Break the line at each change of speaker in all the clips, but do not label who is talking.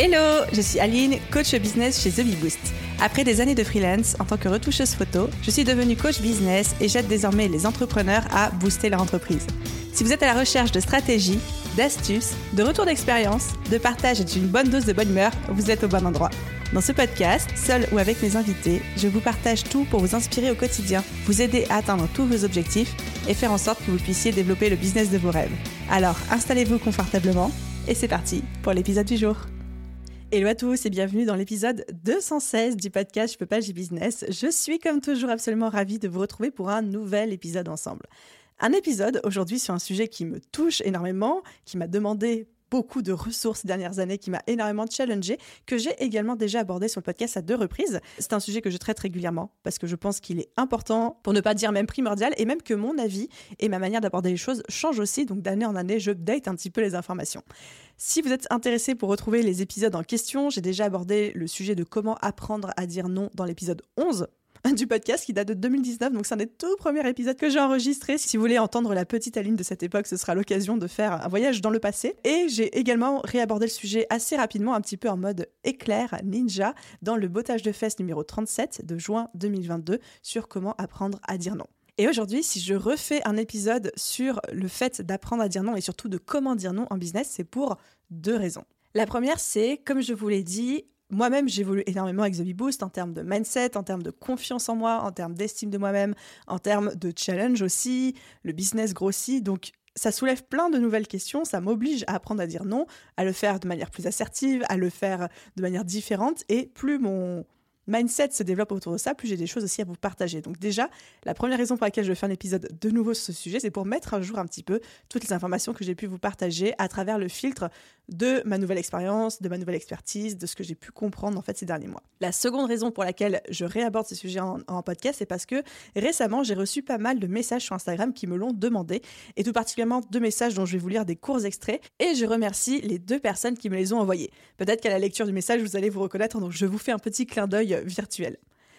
Hello, je suis Aline, coach business chez The Bee Boost. Après des années de freelance en tant que retoucheuse photo, je suis devenue coach business et j'aide désormais les entrepreneurs à booster leur entreprise. Si vous êtes à la recherche de stratégies, d'astuces, de retours d'expérience, de partage et d'une bonne dose de bonne humeur, vous êtes au bon endroit. Dans ce podcast, seul ou avec mes invités, je vous partage tout pour vous inspirer au quotidien, vous aider à atteindre tous vos objectifs et faire en sorte que vous puissiez développer le business de vos rêves. Alors, installez-vous confortablement et c'est parti pour l'épisode du jour. Hello à tous et bienvenue dans l'épisode 216 du podcast Je peux pas, j'ai business. Je suis comme toujours absolument ravie de vous retrouver pour un nouvel épisode ensemble. Un épisode aujourd'hui sur un sujet qui me touche énormément, qui m'a demandé beaucoup de ressources ces dernières années, qui m'a énormément challengée, que j'ai également déjà abordé sur le podcast à 2 reprises. C'est un sujet que je traite régulièrement parce que je pense qu'il est important, pour ne pas dire même primordial, et même que mon avis et ma manière d'aborder les choses changent aussi, donc d'année en année, j'update un petit peu les informations. Si vous êtes intéressé pour retrouver les épisodes en question, j'ai déjà abordé le sujet de comment apprendre à dire non dans l'épisode 11 du podcast qui date de 2019, donc c'est un des tout premiers épisodes que j'ai enregistré. Si vous voulez entendre la petite Aline de cette époque, ce sera l'occasion de faire un voyage dans le passé. Et j'ai également réabordé le sujet assez rapidement, un petit peu en mode éclair ninja, dans le bottage de fesses numéro 37 de juin 2022 sur comment apprendre à dire non. Et aujourd'hui, si je refais un épisode sur le fait d'apprendre à dire non et surtout de comment dire non en business, c'est pour 2 raisons. La première, c'est, comme je vous l'ai dit, moi-même, j'évolue énormément avec The Bee Boost en termes de mindset, en termes de confiance en moi, en termes d'estime de moi-même, en termes de challenge aussi. Le business grossit, donc ça soulève plein de nouvelles questions. Ça m'oblige à apprendre à dire non, à le faire de manière plus assertive, à le faire de manière différente. Et plus mon mindset se développe autour de ça, plus j'ai des choses aussi à vous partager. Donc déjà, la première raison pour laquelle je fais un épisode de nouveau sur ce sujet, c'est pour mettre à jour un petit peu toutes les informations que j'ai pu vous partager à travers le filtre de ma nouvelle expérience, de ma nouvelle expertise, de ce que j'ai pu comprendre en fait ces derniers mois. La seconde raison pour laquelle je réaborde ce sujet en podcast, c'est parce que récemment, j'ai reçu pas mal de messages sur Instagram qui me l'ont demandé, et tout particulièrement 2 messages dont je vais vous lire des courts extraits, et je remercie les 2 personnes qui me les ont envoyés. Peut-être qu'à la lecture du message, vous allez vous reconnaître, donc je vous fais un petit clin d'œil virtuel.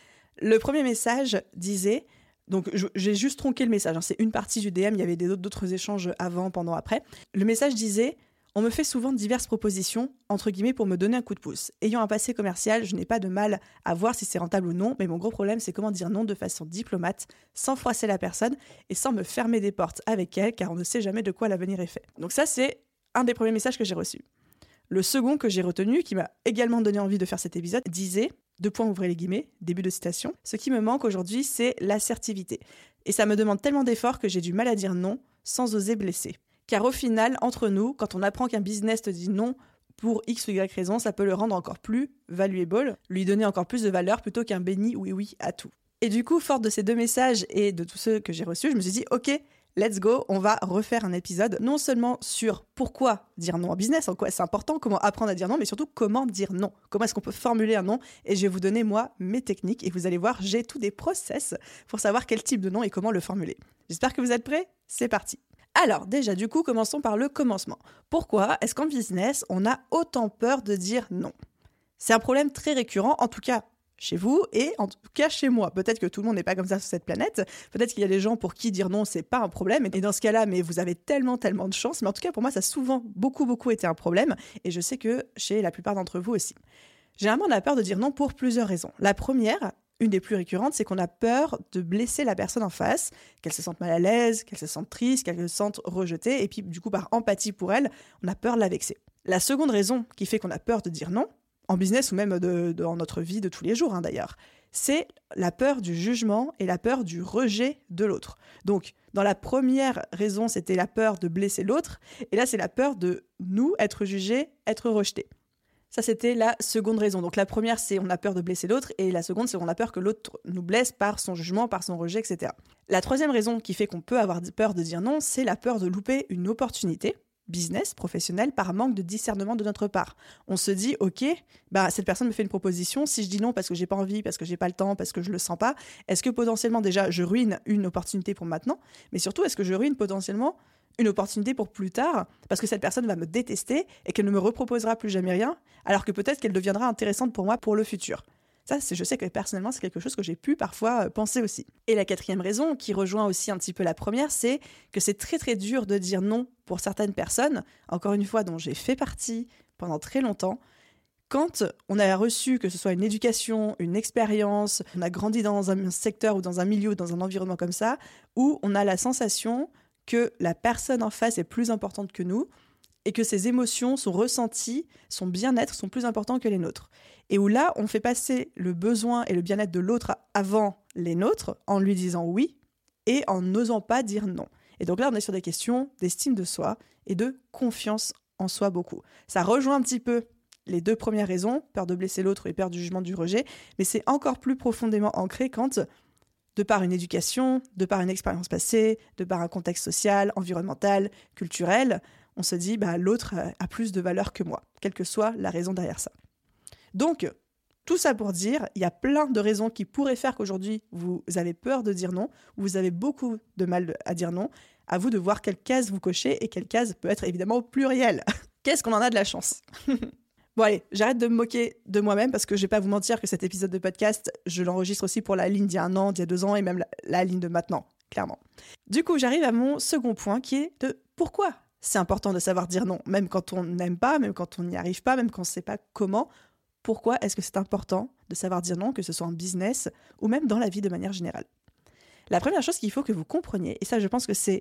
Le premier message disait, donc j'ai juste tronqué le message, c'est une partie du DM, il y avait d'autres échanges avant, pendant, après. Le message disait: on me fait souvent diverses propositions, entre guillemets, pour me donner un coup de pouce. Ayant un passé commercial, je n'ai pas de mal à voir si c'est rentable ou non, mais mon gros problème, c'est comment dire non de façon diplomate, sans froisser la personne et sans me fermer des portes avec elle, car on ne sait jamais de quoi l'avenir est fait. Donc ça, c'est un des premiers messages que j'ai reçus. Le second que j'ai retenu, qui m'a également donné envie de faire cet épisode, disait, ouvrez les guillemets, début de citation, ce qui me manque aujourd'hui, c'est l'assertivité. Et ça me demande tellement d'efforts que j'ai du mal à dire non sans oser blesser. Car au final, entre nous, quand on apprend qu'un business te dit non pour X ou Y raison, ça peut le rendre encore plus valuable, lui donner encore plus de valeur plutôt qu'un béni oui à tout. Et du coup, forte de ces 2 messages et de tous ceux que j'ai reçus, je me suis dit, ok, let's go, on va refaire un épisode non seulement sur pourquoi dire non en business, en quoi c'est important, comment apprendre à dire non, mais surtout comment dire non. Comment est-ce qu'on peut formuler un non? Et je vais vous donner, moi, mes techniques. Et vous allez voir, j'ai tous des process pour savoir quel type de non et comment le formuler. J'espère que vous êtes prêts. C'est parti. Alors déjà, du coup, commençons par le commencement. Pourquoi est-ce qu'en business, on a autant peur de dire non? C'est un problème très récurrent, en tout cas chez vous et en tout cas chez moi. Peut-être que tout le monde n'est pas comme ça sur cette planète. Peut-être qu'il y a des gens pour qui dire non, c'est pas un problème. Et dans ce cas-là, mais vous avez tellement de chance. Mais en tout cas, pour moi, ça a souvent beaucoup été un problème. Et je sais que chez la plupart d'entre vous aussi. Généralement, on a peur de dire non pour plusieurs raisons. La première, une des plus récurrentes, c'est qu'on a peur de blesser la personne en face, qu'elle se sente mal à l'aise, qu'elle se sente triste, qu'elle se sente rejetée, et puis du coup, par empathie pour elle, on a peur de la vexer. La seconde raison qui fait qu'on a peur de dire non, en business ou même dans notre vie de tous les jours d'ailleurs, c'est la peur du jugement et la peur du rejet de l'autre. Donc, dans la première raison, c'était la peur de blesser l'autre, et là, c'est la peur de nous être jugés, être rejetés. Ça, c'était la seconde raison. Donc la première, c'est on a peur de blesser l'autre, et la seconde, c'est on a peur que l'autre nous blesse par son jugement, par son rejet, etc. La troisième raison qui fait qu'on peut avoir peur de dire non, c'est la peur de louper une opportunité, business, professionnelle, par manque de discernement de notre part. On se dit, ok, cette personne me fait une proposition, si je dis non parce que j'ai pas envie, parce que j'ai pas le temps, parce que je le sens pas, est-ce que potentiellement déjà je ruine une opportunité pour maintenant, mais surtout est-ce que je ruine potentiellement une opportunité pour plus tard, parce que cette personne va me détester et qu'elle ne me reproposera plus jamais rien, alors que peut-être qu'elle deviendra intéressante pour moi pour le futur. Ça, je sais que personnellement, c'est quelque chose que j'ai pu parfois penser aussi. Et la quatrième raison, qui rejoint aussi un petit peu la première, c'est que c'est très très dur de dire non pour certaines personnes, encore une fois, dont j'ai fait partie pendant très longtemps, Quand on a reçu, que ce soit une éducation, une expérience, on a grandi dans un secteur ou dans un milieu, dans un environnement comme ça, où on a la sensation que la personne en face est plus importante que nous et que ses émotions, son ressenti, son bien-être sont plus importants que les nôtres. Et où là, on fait passer le besoin et le bien-être de l'autre avant les nôtres en lui disant oui et en n'osant pas dire non. Et donc là, on est sur des questions d'estime de soi et de confiance en soi beaucoup. Ça rejoint un petit peu les 2 premières raisons, peur de blesser l'autre et peur du jugement, du rejet, mais c'est encore plus profondément ancré quand, de par une éducation, de par une expérience passée, de par un contexte social, environnemental, culturel, on se dit l'autre a plus de valeur que moi, quelle que soit la raison derrière ça. Donc, tout ça pour dire, il y a plein de raisons qui pourraient faire qu'aujourd'hui, vous avez peur de dire non, ou vous avez beaucoup de mal à dire non. À vous de voir quelle case vous cochez et quelle case peut être évidemment plurielle. Qu'est-ce qu'on en a de la chance. Bon allez, j'arrête de me moquer de moi-même parce que je vais pas vous mentir que cet épisode de podcast, je l'enregistre aussi pour la ligne d'il y a 1 an, d'il y a 2 ans et même la ligne de maintenant, clairement. Du coup, j'arrive à mon second point qui est de pourquoi c'est important de savoir dire non, même quand on n'aime pas, même quand on n'y arrive pas, même quand on ne sait pas comment. Pourquoi est-ce que c'est important de savoir dire non, que ce soit en business ou même dans la vie de manière générale? La première chose qu'il faut que vous compreniez, et ça je pense que c'est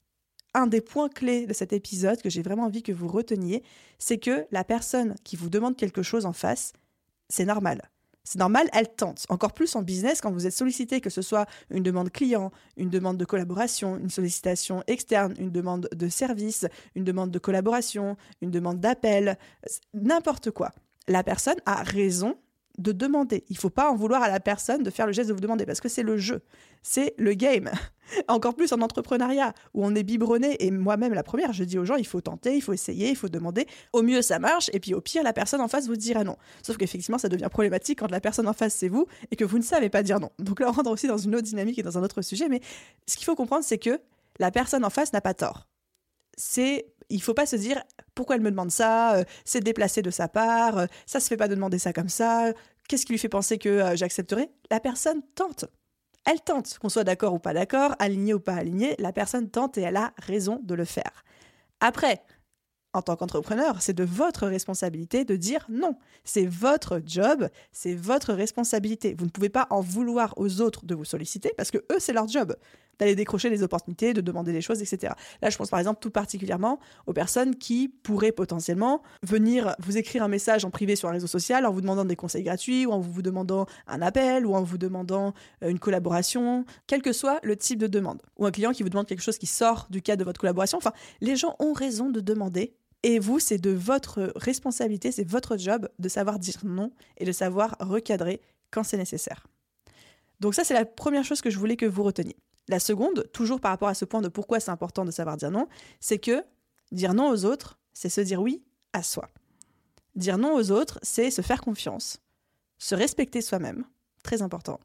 un des points clés de cet épisode que j'ai vraiment envie que vous reteniez, c'est que la personne qui vous demande quelque chose en face, c'est normal. C'est normal, elle tente. Encore plus en business, quand vous êtes sollicité, que ce soit une demande client, une demande de collaboration, une sollicitation externe, une demande de service, une demande de collaboration, une demande d'appel, n'importe quoi. La personne a raison de demander. Il ne faut pas en vouloir à la personne de faire le geste de vous demander parce que c'est le jeu, c'est le game. Encore plus en entrepreneuriat où on est biberonné et moi-même la première, je dis aux gens il faut tenter, il faut essayer, il faut demander. Au mieux ça marche et puis au pire la personne en face vous dira non. Sauf qu'effectivement ça devient problématique quand la personne en face c'est vous et que vous ne savez pas dire non. Donc là on rentre aussi dans une autre dynamique et dans un autre sujet, mais ce qu'il faut comprendre c'est que la personne en face n'a pas tort. Il ne faut pas se dire pourquoi elle me demande ça, c'est déplacé de sa part, ça se fait pas de demander ça comme ça, qu'est-ce qui lui fait penser que j'accepterai? La personne tente. Elle tente, qu'on soit d'accord ou pas d'accord, aligné ou pas aligné, la personne tente et elle a raison de le faire. Après, en tant qu'entrepreneur, c'est de votre responsabilité de dire non. C'est votre job, c'est votre responsabilité. Vous ne pouvez pas en vouloir aux autres de vous solliciter parce que eux, c'est leur job d'aller décrocher les opportunités, de demander des choses, etc. Là, je pense par exemple tout particulièrement aux personnes qui pourraient potentiellement venir vous écrire un message en privé sur un réseau social en vous demandant des conseils gratuits ou en vous demandant un appel ou en vous demandant une collaboration, quel que soit le type de demande. Ou un client qui vous demande quelque chose qui sort du cadre de votre collaboration. Enfin, les gens ont raison de demander. Et vous, c'est de votre responsabilité, c'est votre job de savoir dire non et de savoir recadrer quand c'est nécessaire. Donc ça, c'est la première chose que je voulais que vous reteniez. La seconde, toujours par rapport à ce point de pourquoi c'est important de savoir dire non, c'est que dire non aux autres, c'est se dire oui à soi. Dire non aux autres, c'est se faire confiance, se respecter soi-même, très important.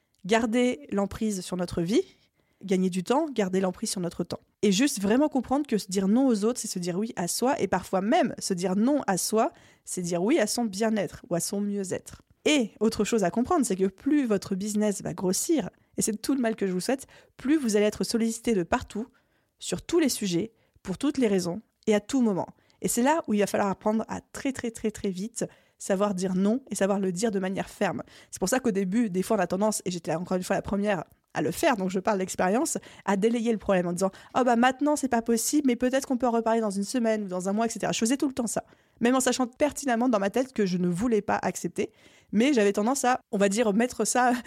Garder l'emprise sur notre vie, gagner du temps, garder l'emprise sur notre temps. Et juste vraiment comprendre que se dire non aux autres, c'est se dire oui à soi. Et parfois même, se dire non à soi, c'est dire oui à son bien-être ou à son mieux-être. Et autre chose à comprendre, c'est que plus votre business va grossir, et c'est tout le mal que je vous souhaite, plus vous allez être sollicité de partout, sur tous les sujets, pour toutes les raisons, et à tout moment. Et c'est là où il va falloir apprendre à très vite savoir dire non et savoir le dire de manière ferme. C'est pour ça qu'au début, des fois on a tendance, et j'étais encore une fois la première à le faire, donc je parle d'expérience, à délayer le problème en disant « Oh maintenant c'est pas possible, mais peut-être qu'on peut en reparler dans une semaine ou dans un mois, etc. » Je faisais tout le temps ça, même en sachant pertinemment dans ma tête que je ne voulais pas accepter, mais j'avais tendance à, on va dire, mettre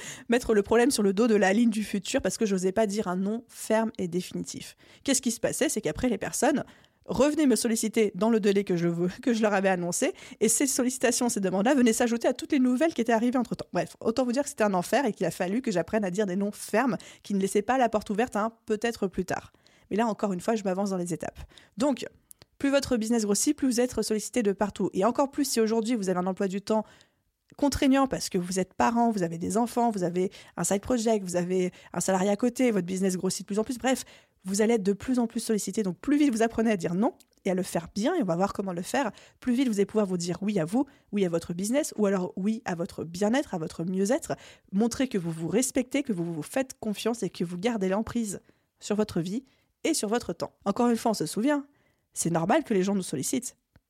le problème sur le dos de la ligne du futur parce que je n'osais pas dire un non ferme et définitif. Qu'est-ce qui se passait? C'est qu'après les personnes revenaient me solliciter dans le délai que je leur avais annoncé, et ces sollicitations, ces demandes-là venaient s'ajouter à toutes les nouvelles qui étaient arrivées entre-temps. Bref, autant vous dire que c'était un enfer et qu'il a fallu que j'apprenne à dire des noms fermes qui ne laissaient pas la porte ouverte à un peut-être plus tard. Mais là, encore une fois, je m'avance dans les étapes. Donc, plus votre business grossit, plus vous êtes sollicité de partout. Et encore plus si aujourd'hui, vous avez un emploi du temps contraignant parce que vous êtes parent, vous avez des enfants, vous avez un side project, vous avez un salarié à côté, votre business grossit de plus en plus. Bref, vous allez être de plus en plus sollicité. Donc, plus vite vous apprenez à dire non et à le faire bien, et on va voir comment le faire, plus vite vous allez pouvoir vous dire oui à vous, oui à votre business, ou alors oui à votre bien-être, à votre mieux-être. Montrez que vous vous respectez, que vous vous faites confiance et que vous gardez l'emprise sur votre vie et sur votre temps. Encore une fois, on se souvient, c'est normal que les gens nous sollicitent.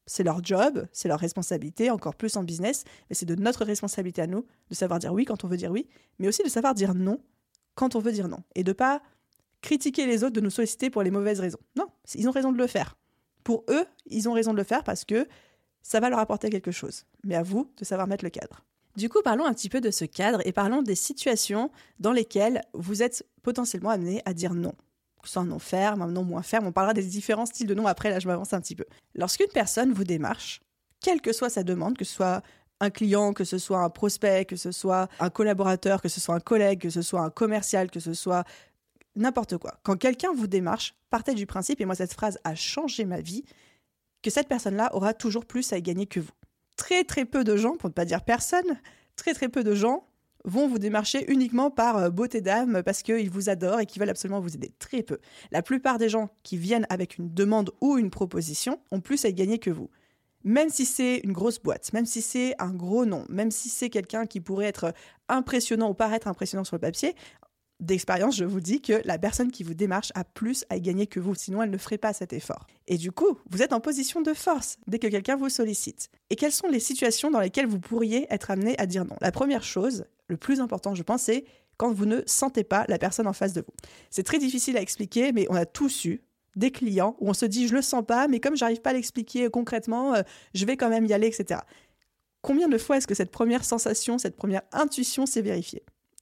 C'est leur job, c'est leur responsabilité, encore plus en business, mais c'est de notre responsabilité à nous de savoir dire oui quand on veut dire oui, mais aussi de savoir dire non quand on veut dire non. Et de pas critiquer les autres de nous solliciter pour les mauvaises raisons. Non, ils ont raison de le faire. Pour eux, ils ont raison de le faire parce que ça va leur apporter quelque chose. Mais à vous de savoir mettre le cadre. Du coup, parlons un petit peu de ce cadre et parlons des situations dans lesquelles vous êtes potentiellement amené à dire non. Que ce soit un non ferme, un non moins ferme. On parlera des différents styles de non après, là je m'avance un petit peu. Lorsqu'une personne vous démarche, quelle que soit sa demande, que ce soit un client, que ce soit un prospect, que ce soit un collaborateur, que ce soit un collègue, que ce soit un commercial, que ce soit n'importe quoi. Quand quelqu'un vous démarche, partez du principe, et moi cette phrase a changé ma vie, que cette personne-là aura toujours plus à y gagner que vous. Très très peu de gens, pour ne pas dire personne, très très peu de gens vont vous démarcher uniquement par beauté d'âme parce qu'ils vous adorent et qu'ils veulent absolument vous aider. Très peu. La plupart des gens qui viennent avec une demande ou une proposition ont plus à y gagner que vous. Même si c'est une grosse boîte, même si c'est un gros nom, même si c'est quelqu'un qui pourrait être impressionnant ou paraître impressionnant sur le papier, d'expérience, je vous dis que la personne qui vous démarche a plus à y gagner que vous, sinon elle ne ferait pas cet effort. Et du coup, vous êtes en position de force dès que quelqu'un vous sollicite. Et quelles sont les situations dans lesquelles vous pourriez être amené à dire non ? La première chose, le plus important je pense, c'est quand vous ne sentez pas la personne en face de vous. C'est très difficile à expliquer, mais on a tous eu des clients où on se dit je le sens pas, mais comme j'arrive pas à l'expliquer concrètement, je vais quand même y aller, etc. Combien de fois est-ce que cette première sensation, cette première intuition s'est vérifiée ?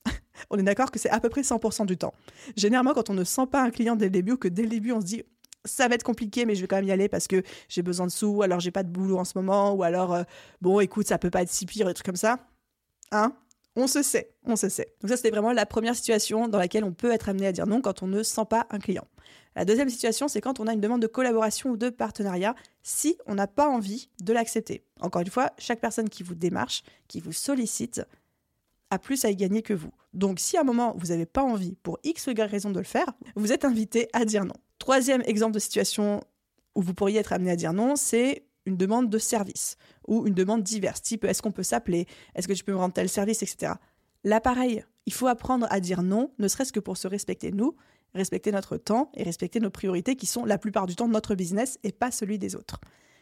On est d'accord que c'est à peu près 100% du temps. Généralement, quand on ne sent pas un client dès le début, ou que dès le début, on se dit « ça va être compliqué, mais je vais quand même y aller parce que j'ai besoin de sous, ou alors j'ai pas de boulot en ce moment, ou alors, bon, écoute, ça peut pas être si pire, des trucs comme ça. » Hein ? On se sait. Donc ça, c'était vraiment la première situation dans laquelle on peut être amené à dire non quand on ne sent pas un client. La deuxième situation, c'est quand on a une demande de collaboration ou de partenariat, si on n'a pas envie de l'accepter. Encore une fois, chaque personne qui vous démarche, qui vous sollicite, a plus à y gagner que vous. Donc, si à un moment, vous n'avez pas envie, pour X ou Y raison de le faire, vous êtes invité à dire non. Troisième exemple de situation où vous pourriez être amené à dire non, c'est une demande de service ou une demande diverse, type est-ce qu'on peut s'appeler, est-ce que tu peux me rendre tel service, etc. Là, pareil, il faut apprendre à dire non, ne serait-ce que pour se respecter nous, respecter notre temps et respecter nos priorités qui sont la plupart du temps notre business et pas celui des autres.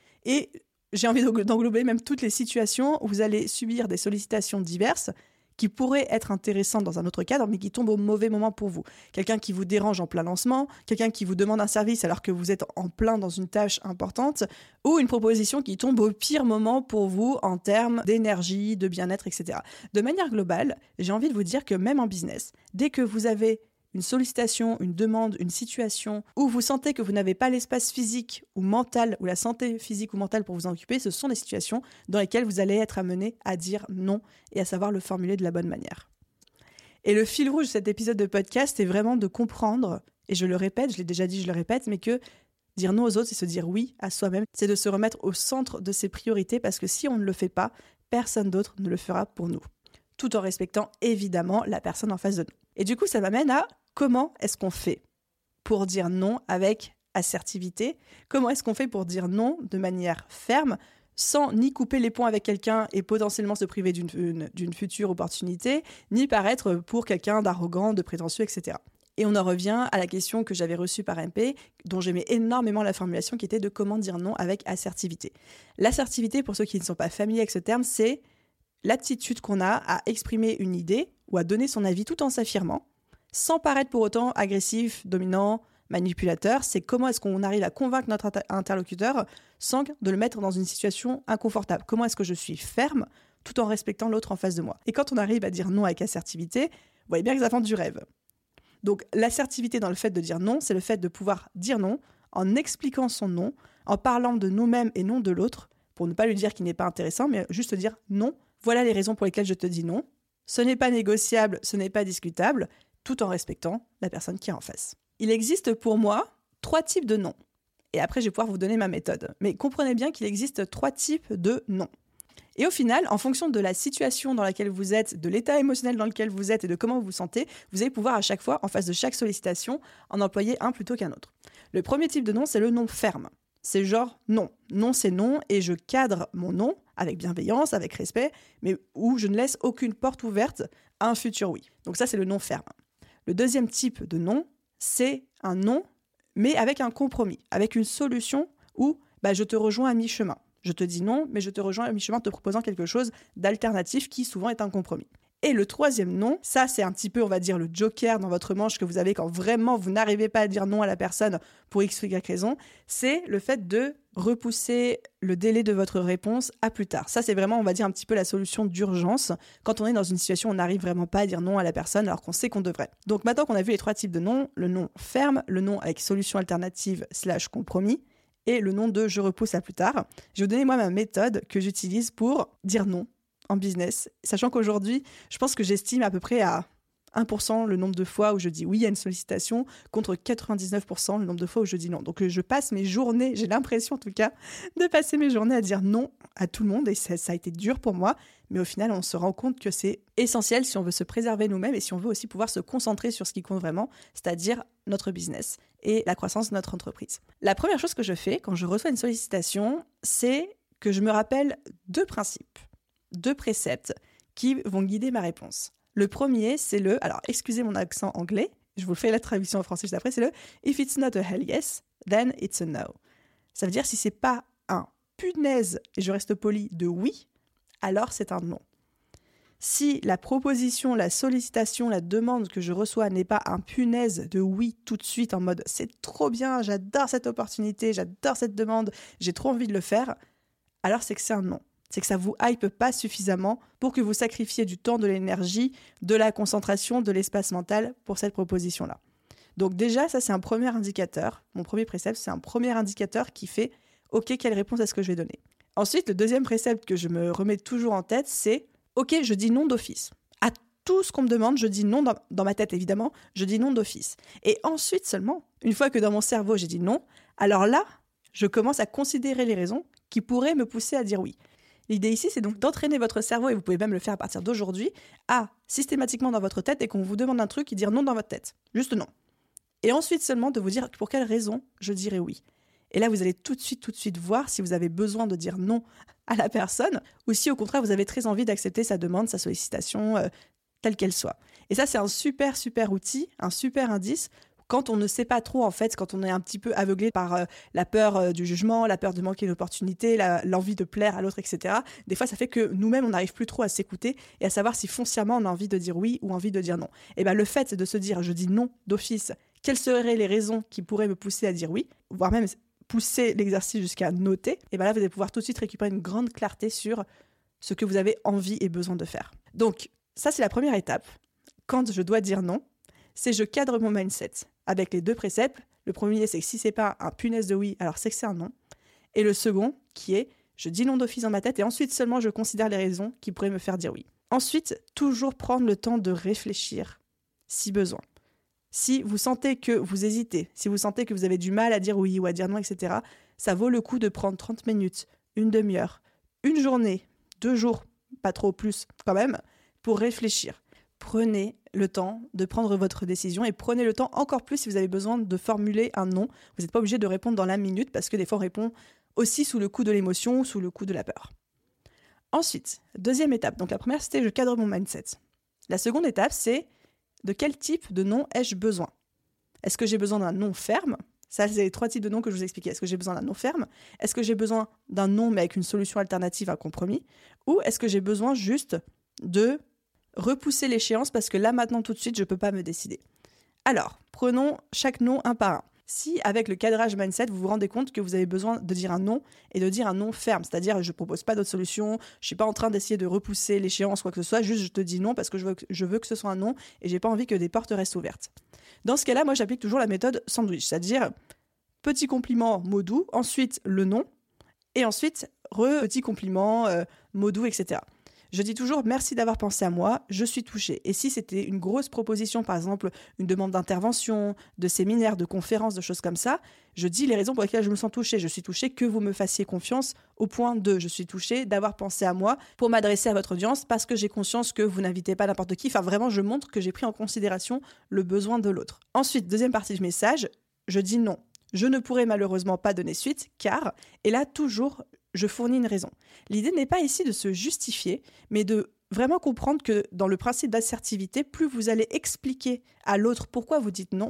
Et j'ai envie d'englober même toutes les situations où vous allez subir des sollicitations diverses qui pourraient être intéressantes dans un autre cadre, mais qui tombent au mauvais moment pour vous. Quelqu'un qui vous dérange en plein lancement, quelqu'un qui vous demande un service alors que vous êtes en plein dans une tâche importante, ou une proposition qui tombe au pire moment pour vous en termes d'énergie, de bien-être, etc. De manière globale, j'ai envie de vous dire que même en business, dès que vous avez une sollicitation, une demande, une situation où vous sentez que vous n'avez pas l'espace physique ou mental ou la santé physique ou mentale pour vous en occuper, ce sont des situations dans lesquelles vous allez être amené à dire non et à savoir le formuler de la bonne manière. Et le fil rouge de cet épisode de podcast est vraiment de comprendre, et je le répète, je l'ai déjà dit, je le répète, mais que dire non aux autres, c'est se dire oui à soi-même, c'est de se remettre au centre de ses priorités parce que si on ne le fait pas, personne d'autre ne le fera pour nous, tout en respectant évidemment la personne en face de nous. Et du coup, ça m'amène à comment est-ce qu'on fait pour dire non avec assertivité ? Comment est-ce qu'on fait pour dire non de manière ferme, sans ni couper les ponts avec quelqu'un et potentiellement se priver d'une future opportunité, ni paraître pour quelqu'un d'arrogant, de prétentieux, etc. Et on en revient à la question que j'avais reçue par MP, dont j'aimais énormément la formulation, qui était de comment dire non avec assertivité. L'assertivité, pour ceux qui ne sont pas familiers avec ce terme, c'est l'attitude qu'on a à exprimer une idée ou à donner son avis tout en s'affirmant, sans paraître pour autant agressif, dominant, manipulateur. C'est comment est-ce qu'on arrive à convaincre notre interlocuteur sans de le mettre dans une situation inconfortable. Comment est-ce que je suis ferme tout en respectant l'autre en face de moi. Et quand on arrive à dire non avec assertivité, vous voyez bien que ça vend du rêve. Donc l'assertivité dans le fait de dire non, c'est le fait de pouvoir dire non en expliquant son non, en parlant de nous-mêmes et non de l'autre, pour ne pas lui dire qu'il n'est pas intéressant, mais juste dire non, voilà les raisons pour lesquelles je te dis non. Ce n'est pas négociable, ce n'est pas discutable, tout en respectant la personne qui est en face. Il existe pour moi 3 types de non. Et après, je vais pouvoir vous donner ma méthode. Mais comprenez bien qu'il existe 3 types de non. Et au final, en fonction de la situation dans laquelle vous êtes, de l'état émotionnel dans lequel vous êtes et de comment vous vous sentez, vous allez pouvoir à chaque fois, en face de chaque sollicitation, en employer un plutôt qu'un autre. Le premier type de non, c'est le non ferme. C'est genre non. Non, c'est non, et je cadre mon non avec bienveillance, avec respect, mais où je ne laisse aucune porte ouverte à un futur oui. Donc ça, c'est le non ferme. Le deuxième type de non, c'est un non, mais avec un compromis, avec une solution où je te rejoins à mi-chemin. Je te dis non, mais je te rejoins à mi-chemin en te proposant quelque chose d'alternatif qui souvent est un compromis. Et le troisième non, ça c'est un petit peu, on va dire, le joker dans votre manche que vous avez quand vraiment vous n'arrivez pas à dire non à la personne pour X ou Y raison, c'est le fait de repousser le délai de votre réponse à plus tard. Ça c'est vraiment, on va dire, un petit peu la solution d'urgence quand on est dans une situation où on n'arrive vraiment pas à dire non à la personne alors qu'on sait qu'on devrait. Donc maintenant qu'on a vu les 3 types de non, le non ferme, le non avec solution alternative / compromis, et le non de je repousse à plus tard, je vais vous donner moi ma méthode que j'utilise pour dire non en business, sachant qu'aujourd'hui, je pense que j'estime à peu près à 1% le nombre de fois où je dis oui à une sollicitation contre 99% le nombre de fois où je dis non. Donc je passe mes journées, j'ai l'impression en tout cas, de passer mes journées à dire non à tout le monde et ça a été dur pour moi, mais au final on se rend compte que c'est essentiel si on veut se préserver nous-mêmes et si on veut aussi pouvoir se concentrer sur ce qui compte vraiment, c'est-à-dire notre business et la croissance de notre entreprise. La première chose que je fais quand je reçois une sollicitation, c'est que je me rappelle 2 principes. 2 préceptes qui vont guider ma réponse. Le premier, c'est alors excusez mon accent anglais, je vous fais la traduction en français juste après, c'est If it's not a hell yes, then it's a no. Ça veut dire si c'est pas un punaise, et je reste poli, de oui, alors c'est un non. Si la proposition, la sollicitation, la demande que je reçois n'est pas un punaise de oui tout de suite en mode c'est trop bien, j'adore cette opportunité, j'adore cette demande, j'ai trop envie de le faire, alors c'est que c'est un non. C'est que ça ne vous hype pas suffisamment pour que vous sacrifiez du temps, de l'énergie, de la concentration, de l'espace mental pour cette proposition-là. Donc déjà, ça c'est un premier indicateur. Mon premier précepte, c'est un premier indicateur qui fait « Ok, quelle réponse est-ce que je vais donner ?» Ensuite, le deuxième précepte que je me remets toujours en tête, c'est « Ok, je dis non d'office. À tout ce qu'on me demande, je dis non dans ma tête évidemment, je dis non d'office. Et ensuite seulement, une fois que dans mon cerveau j'ai dit non, alors là, je commence à considérer les raisons qui pourraient me pousser à dire oui. » L'idée ici, c'est donc d'entraîner votre cerveau, et vous pouvez même le faire à partir d'aujourd'hui, à systématiquement dans votre tête, et qu'on vous demande un truc, et dire non dans votre tête. Juste non. Et ensuite seulement de vous dire pour quelle raison je dirais oui. Et là, vous allez tout de suite voir si vous avez besoin de dire non à la personne, ou si au contraire, vous avez très envie d'accepter sa demande, sa sollicitation, telle qu'elle soit. Et ça, c'est un super outil, un super indice, quand on ne sait pas trop, en fait, quand on est un petit peu aveuglé par la peur du jugement, la peur de manquer une opportunité, l'envie de plaire à l'autre, etc. Des fois, ça fait que nous-mêmes, on n'arrive plus trop à s'écouter et à savoir si foncièrement on a envie de dire oui ou envie de dire non. Et bien, le fait de se dire « je dis non d'office », quelles seraient les raisons qui pourraient me pousser à dire oui, voire même pousser l'exercice jusqu'à noter, et bien là, vous allez pouvoir tout de suite récupérer une grande clarté sur ce que vous avez envie et besoin de faire. Donc, ça, c'est la première étape. Quand je dois dire non, c'est je cadre mon mindset avec les 2 préceptes. Le premier, c'est que si c'est pas un punaise de oui, alors c'est que c'est un non. Et le second, qui est je dis non d'office dans ma tête et ensuite seulement je considère les raisons qui pourraient me faire dire oui. Ensuite, toujours prendre le temps de réfléchir si besoin. Si vous sentez que vous hésitez, si vous sentez que vous avez du mal à dire oui ou à dire non, etc., ça vaut le coup de prendre 30 minutes, une demi-heure, une journée, 2 jours, pas trop plus quand même, pour réfléchir. Prenez le temps de prendre votre décision et prenez le temps encore plus si vous avez besoin de formuler un non. Vous n'êtes pas obligé de répondre dans la minute parce que des fois on répond aussi sous le coup de l'émotion ou sous le coup de la peur. Ensuite, deuxième étape. Donc la première, c'était je cadre mon mindset. La seconde étape, c'est de quel type de non ai-je besoin ? Est-ce que j'ai besoin d'un non ferme ? Ça, c'est les 3 types de non que je vous expliquais. Est-ce que j'ai besoin d'un non ferme ? Est-ce que j'ai besoin d'un non mais avec une solution alternative, un compromis ? Ou est-ce que j'ai besoin juste de repousser l'échéance parce que là, maintenant, tout de suite, je ne peux pas me décider. Alors, prenons chaque non un par un. Si, avec le cadrage mindset, vous vous rendez compte que vous avez besoin de dire un non et de dire un non ferme, c'est-à-dire je ne propose pas d'autre solution, je ne suis pas en train d'essayer de repousser l'échéance, quoi que ce soit, juste je te dis non parce que je veux que ce soit un non et je n'ai pas envie que des portes restent ouvertes. Dans ce cas-là, moi, j'applique toujours la méthode sandwich, c'est-à-dire petit compliment, mot doux, ensuite le non, et ensuite petit compliment, mot doux, etc. Je dis toujours merci d'avoir pensé à moi, je suis touchée. Et si c'était une grosse proposition, par exemple une demande d'intervention, de séminaire, de conférence, de choses comme ça, je dis les raisons pour lesquelles je me sens touchée. Je suis touchée que vous me fassiez confiance au point de je suis touchée d'avoir pensé à moi pour m'adresser à votre audience parce que j'ai conscience que vous n'invitez pas n'importe qui. Enfin vraiment, je montre que j'ai pris en considération le besoin de l'autre. Ensuite, deuxième partie du message, je dis non. Je ne pourrai malheureusement pas donner suite car, et là toujours, je fournis une raison. L'idée n'est pas ici de se justifier, mais de vraiment comprendre que dans le principe d'assertivité, plus vous allez expliquer à l'autre pourquoi vous dites non,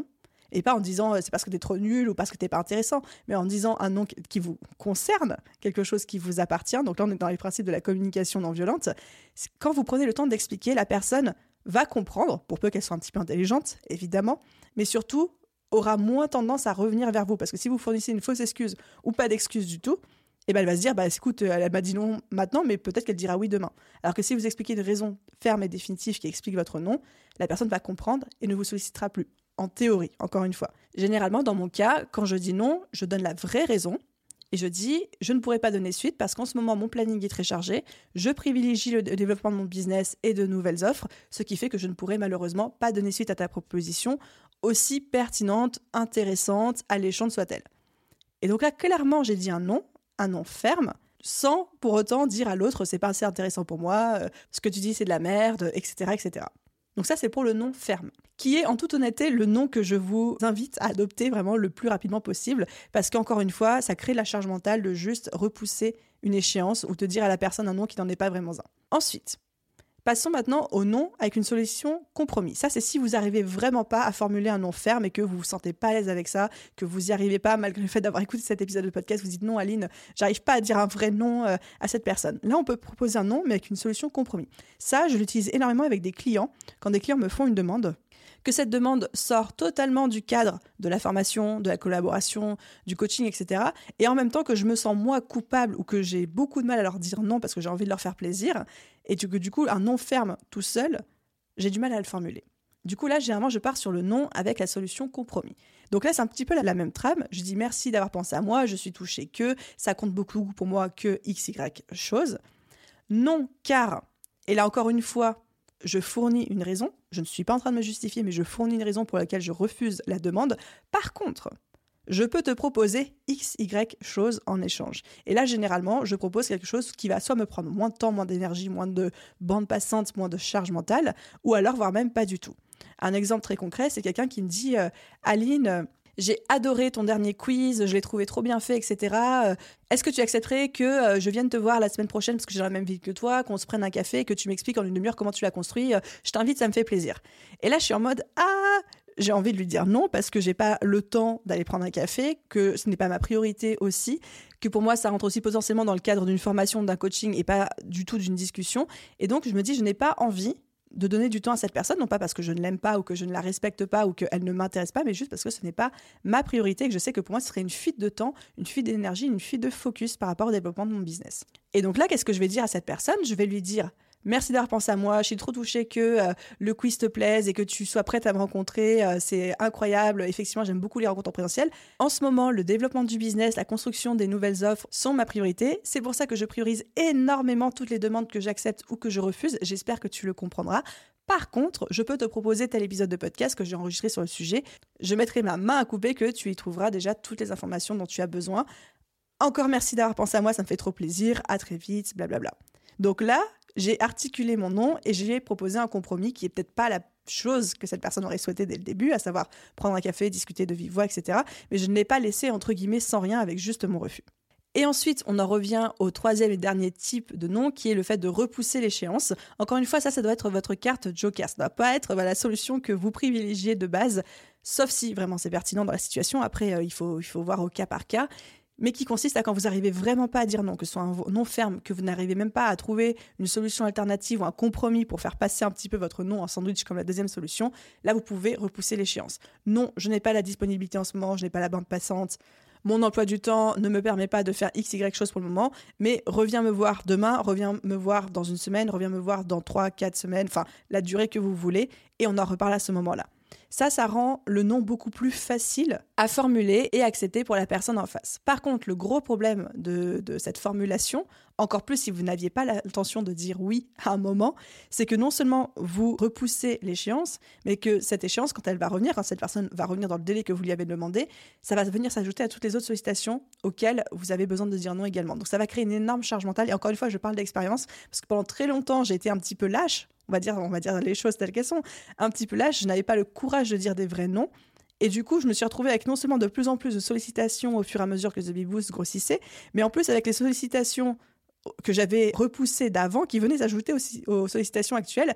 Et pas en disant c'est parce que t'es trop nul ou parce que t'es pas intéressant, mais en disant un nom qui vous concerne, quelque chose qui vous appartient. Donc là, on est dans les principes de la communication non violente. Quand vous prenez le temps d'expliquer, la personne va comprendre, pour peu qu'elle soit un petit peu intelligente, évidemment, mais surtout aura moins tendance à revenir vers vous. Parce que si vous fournissez une fausse excuse ou pas d'excuse du tout, et ben elle va se dire, écoute, elle m'a dit non maintenant, mais peut-être qu'elle dira oui demain. Alors que si vous expliquez une raison ferme et définitive qui explique votre non, la personne va comprendre et ne vous sollicitera plus. En théorie, encore une fois. Généralement, dans mon cas, quand je dis non, je donne la vraie raison et je dis, je ne pourrai pas donner suite parce qu'en ce moment, mon planning est très chargé, je privilégie le développement de mon business et de nouvelles offres, ce qui fait que je ne pourrai malheureusement pas donner suite à ta proposition, aussi pertinente, intéressante, alléchante soit-elle. Et donc là, clairement, j'ai dit un non ferme, sans pour autant dire à l'autre c'est pas assez intéressant pour moi, ce que tu dis c'est de la merde, etc., etc. Donc ça c'est pour le non ferme, qui est en toute honnêteté le non que je vous invite à adopter vraiment le plus rapidement possible, parce qu'encore une fois, ça crée la charge mentale de juste repousser une échéance ou te dire à la personne un non qui n'en est pas vraiment un. Ensuite, passons maintenant au non avec une solution compromis. Ça, c'est si vous n'arrivez vraiment pas à formuler un non ferme et que vous vous sentez pas à l'aise avec ça, que vous n'y arrivez pas, malgré le fait d'avoir écouté cet épisode de podcast, vous dites non, Aline, j'arrive pas à dire un vrai non à cette personne. Là, on peut proposer un non, mais avec une solution compromis. Ça, je l'utilise énormément avec des clients, quand des clients me font une demande, que cette demande sort totalement du cadre de la formation, de la collaboration, du coaching, etc. Et en même temps que je me sens moi coupable ou que j'ai beaucoup de mal à leur dire non parce que j'ai envie de leur faire plaisir, et que du coup, un non ferme tout seul, j'ai du mal à le formuler. Du coup, là, généralement, je pars sur le non avec la solution compromis. Donc là, c'est un petit peu la même trame. Je dis merci d'avoir pensé à moi, je suis touchée que, ça compte beaucoup pour moi que X, Y chose. Non, car, et là encore une fois, je fournis une raison. Je ne suis pas en train de me justifier, mais je fournis une raison pour laquelle je refuse la demande. Par contre, je peux te proposer X, Y chose en échange. Et là, généralement, je propose quelque chose qui va soit me prendre moins de temps, moins d'énergie, moins de bande passante, moins de charge mentale, ou alors voire même pas du tout. Un exemple très concret, c'est quelqu'un qui me dit « Aline, j'ai adoré ton dernier quiz, je l'ai trouvé trop bien fait, etc. Est-ce que tu accepterais que je vienne te voir la semaine prochaine parce que j'ai dans la même ville que toi, qu'on se prenne un café, que tu m'expliques en une demi-heure comment tu l'as construit, je t'invite, ça me fait plaisir. » Et là, je suis en mode « Ah !» J'ai envie de lui dire non parce que j'ai pas le temps d'aller prendre un café, que ce n'est pas ma priorité aussi, que pour moi, ça rentre aussi potentiellement dans le cadre d'une formation, d'un coaching et pas du tout d'une discussion. Et donc, je me dis, je n'ai pas envie de donner du temps à cette personne, non pas parce que je ne l'aime pas ou que je ne la respecte pas ou qu'elle ne m'intéresse pas, mais juste parce que ce n'est pas ma priorité et que je sais que pour moi, ce serait une fuite de temps, une fuite d'énergie, une fuite de focus par rapport au développement de mon business. Et donc là, qu'est-ce que je vais dire à cette personne ? Je vais lui dire « Merci d'avoir pensé à moi, je suis trop touchée que le quiz te plaise et que tu sois prête à me rencontrer, c'est incroyable, effectivement j'aime beaucoup les rencontres en présentiel. En ce moment, le développement du business, la construction des nouvelles offres sont ma priorité, c'est pour ça que je priorise énormément toutes les demandes que j'accepte ou que je refuse, j'espère que tu le comprendras. Par contre, je peux te proposer tel épisode de podcast que j'ai enregistré sur le sujet, je mettrai ma main à couper que tu y trouveras déjà toutes les informations dont tu as besoin. Encore merci d'avoir pensé à moi, ça me fait trop plaisir, à très vite, blablabla. » Donc là, j'ai articulé mon nom et j'ai proposé un compromis qui est peut-être pas la chose que cette personne aurait souhaité dès le début, à savoir prendre un café, discuter de vive voix, etc. Mais je ne l'ai pas laissé, entre guillemets, sans rien avec juste mon refus. Et ensuite, on en revient au troisième et dernier type de non, qui est le fait de repousser l'échéance. Encore une fois, ça doit être votre carte joker. Ça ne doit pas être la solution que vous privilégiez de base, sauf si vraiment c'est pertinent dans la situation. Après, il faut voir au cas par cas. Mais qui consiste à quand vous n'arrivez vraiment pas à dire non, que ce soit un non ferme, que vous n'arrivez même pas à trouver une solution alternative ou un compromis pour faire passer un petit peu votre non en sandwich comme la deuxième solution, là vous pouvez repousser l'échéance. Non, je n'ai pas la disponibilité en ce moment, je n'ai pas la bande passante, mon emploi du temps ne me permet pas de faire X, Y chose pour le moment, mais reviens me voir demain, reviens me voir dans une semaine, reviens me voir dans 3, 4 semaines, enfin la durée que vous voulez, et on en reparle à ce moment-là. Ça rend le non beaucoup plus facile à formuler et accepter pour la personne en face. Par contre, le gros problème de cette formulation, encore plus si vous n'aviez pas l'intention de dire oui à un moment, c'est que non seulement vous repoussez l'échéance, mais que cette échéance, quand elle va revenir, quand cette personne va revenir dans le délai que vous lui avez demandé, ça va venir s'ajouter à toutes les autres sollicitations auxquelles vous avez besoin de dire non également. Donc ça va créer une énorme charge mentale. Et encore une fois, je parle d'expérience, parce que pendant très longtemps, j'ai été un petit peu lâche, on va dire les choses telles qu'elles sont, un petit peu lâche, je n'avais pas le courage de dire des vrais noms. Et du coup, je me suis retrouvée avec non seulement de plus en plus de sollicitations au fur et à mesure que The Bee Boost grossissait, mais en plus avec les sollicitations que j'avais repoussées d'avant, qui venaient s'ajouter aussi aux sollicitations actuelles.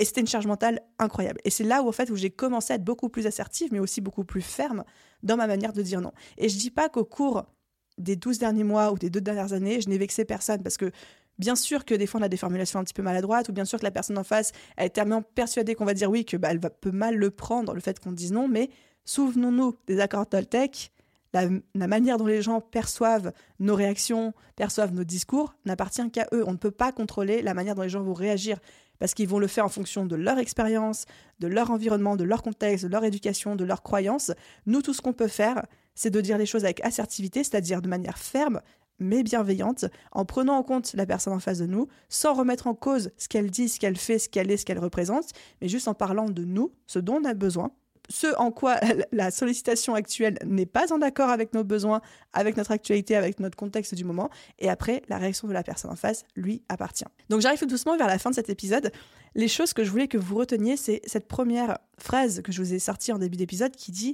Et c'était une charge mentale incroyable. Et c'est là où, en fait, où j'ai commencé à être beaucoup plus assertive, mais aussi beaucoup plus ferme dans ma manière de dire non. Et je dis pas qu'au cours des 12 derniers mois ou des 2 dernières années, je n'ai vexé personne, parce que bien sûr que des fois on a des formulations un petit peu maladroites, ou bien sûr que la personne en face elle est tellement persuadée qu'on va dire oui que peut mal le prendre, le fait qu'on dise non, mais souvenons-nous des accords Toltec, la manière dont les gens perçoivent nos réactions, perçoivent nos discours, n'appartient qu'à eux. On ne peut pas contrôler la manière dont les gens vont réagir, parce qu'ils vont le faire en fonction de leur expérience, de leur environnement, de leur contexte, de leur éducation, de leurs croyances. Nous, tout ce qu'on peut faire, c'est de dire les choses avec assertivité, c'est-à-dire de manière ferme, mais bienveillante, en prenant en compte la personne en face de nous, sans remettre en cause ce qu'elle dit, ce qu'elle fait, ce qu'elle est, ce qu'elle représente, mais juste en parlant de nous, ce dont on a besoin, ce en quoi la sollicitation actuelle n'est pas en accord avec nos besoins, avec notre actualité, avec notre contexte du moment, et après, la réaction de la personne en face lui appartient. Donc j'arrive tout doucement vers la fin de cet épisode. Les choses que je voulais que vous reteniez, c'est cette première phrase que je vous ai sortie en début d'épisode qui dit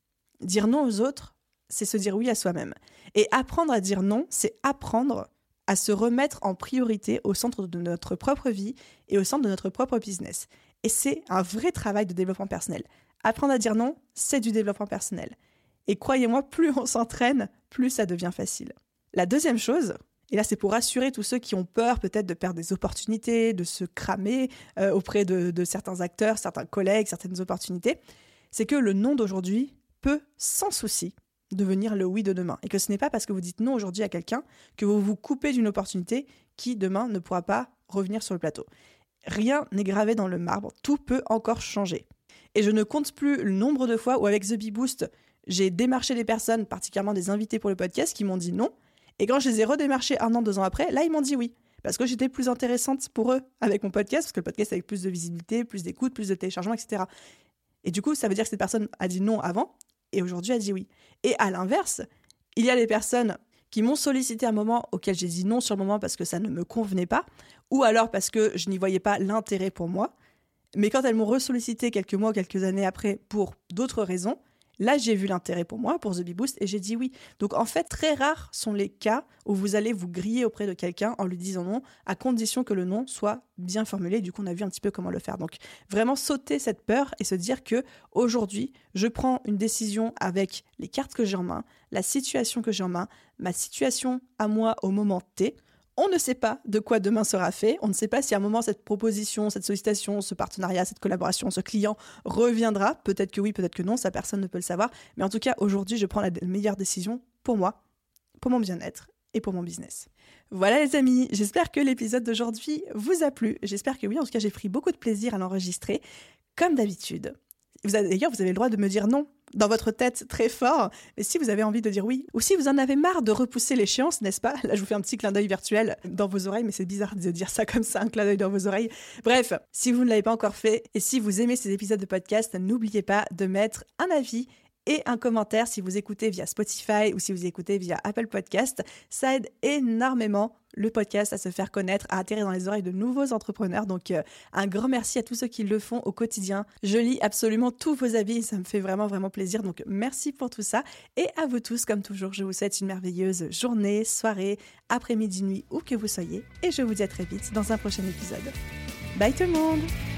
« Dire non aux autres, c'est se dire oui à soi-même. » Et apprendre à dire non, c'est apprendre à se remettre en priorité au centre de notre propre vie et au centre de notre propre business. Et c'est un vrai travail de développement personnel. Apprendre à dire non, c'est du développement personnel. Et croyez-moi, plus on s'entraîne, plus ça devient facile. La deuxième chose, et là c'est pour rassurer tous ceux qui ont peur peut-être de perdre des opportunités, de se cramer auprès de certains acteurs, certains collègues, certaines opportunités, c'est que le non d'aujourd'hui peut, sans souci, devenir le oui de demain. Et que ce n'est pas parce que vous dites non aujourd'hui à quelqu'un que vous vous coupez d'une opportunité qui demain ne pourra pas revenir sur le plateau. Rien n'est gravé dans le marbre, tout peut encore changer. Et je ne compte plus le nombre de fois où avec The Bee Boost, j'ai démarché des personnes, particulièrement des invités pour le podcast, qui m'ont dit non. Et quand je les ai redémarchés 1 an, 2 ans après, là, ils m'ont dit oui. Parce que j'étais plus intéressante pour eux avec mon podcast, parce que le podcast avec plus de visibilité, plus d'écoute, plus de téléchargement, etc. Et du coup, ça veut dire que cette personne a dit non avant, et aujourd'hui, elle dit oui. Et à l'inverse, il y a les personnes qui m'ont sollicité un moment auquel j'ai dit non sur le moment parce que ça ne me convenait pas, ou alors parce que je n'y voyais pas l'intérêt pour moi. Mais quand elles m'ont ressollicité quelques mois ou quelques années après pour d'autres raisons, là, j'ai vu l'intérêt pour moi, pour The Bee Boost, et j'ai dit oui. Donc en fait, très rares sont les cas où vous allez vous griller auprès de quelqu'un en lui disant non, à condition que le non soit bien formulé. Du coup, on a vu un petit peu comment le faire. Donc vraiment sauter cette peur et se dire que aujourd'hui, je prends une décision avec les cartes que j'ai en main, la situation que j'ai en main, ma situation à moi au moment T. On ne sait pas de quoi demain sera fait. On ne sait pas si à un moment cette proposition, cette sollicitation, ce partenariat, cette collaboration, ce client reviendra. Peut-être que oui, peut-être que non, ça personne ne peut le savoir. Mais en tout cas, aujourd'hui, je prends la meilleure décision pour moi, pour mon bien-être et pour mon business. Voilà les amis, j'espère que l'épisode d'aujourd'hui vous a plu. J'espère que oui, en tout cas, j'ai pris beaucoup de plaisir à l'enregistrer, comme d'habitude. D'ailleurs, vous avez le droit de me dire non dans votre tête très fort, mais si vous avez envie de dire oui, ou si vous en avez marre de repousser l'échéance, n'est-ce pas? Là, je vous fais un petit clin d'œil virtuel dans vos oreilles, mais c'est bizarre de dire ça comme ça, un clin d'œil dans vos oreilles. Bref, si vous ne l'avez pas encore fait, et si vous aimez ces épisodes de podcast, n'oubliez pas de mettre un avis et un commentaire si vous écoutez via Spotify ou si vous écoutez via Apple Podcast. Ça aide énormément le podcast à se faire connaître, à atterrir dans les oreilles de nouveaux entrepreneurs. Donc, un grand merci à tous ceux qui le font au quotidien. Je lis absolument tous vos avis, ça me fait vraiment, vraiment plaisir. Donc, merci pour tout ça. Et à vous tous, comme toujours, je vous souhaite une merveilleuse journée, soirée, après-midi, nuit, où que vous soyez. Et je vous dis à très vite dans un prochain épisode. Bye tout le monde!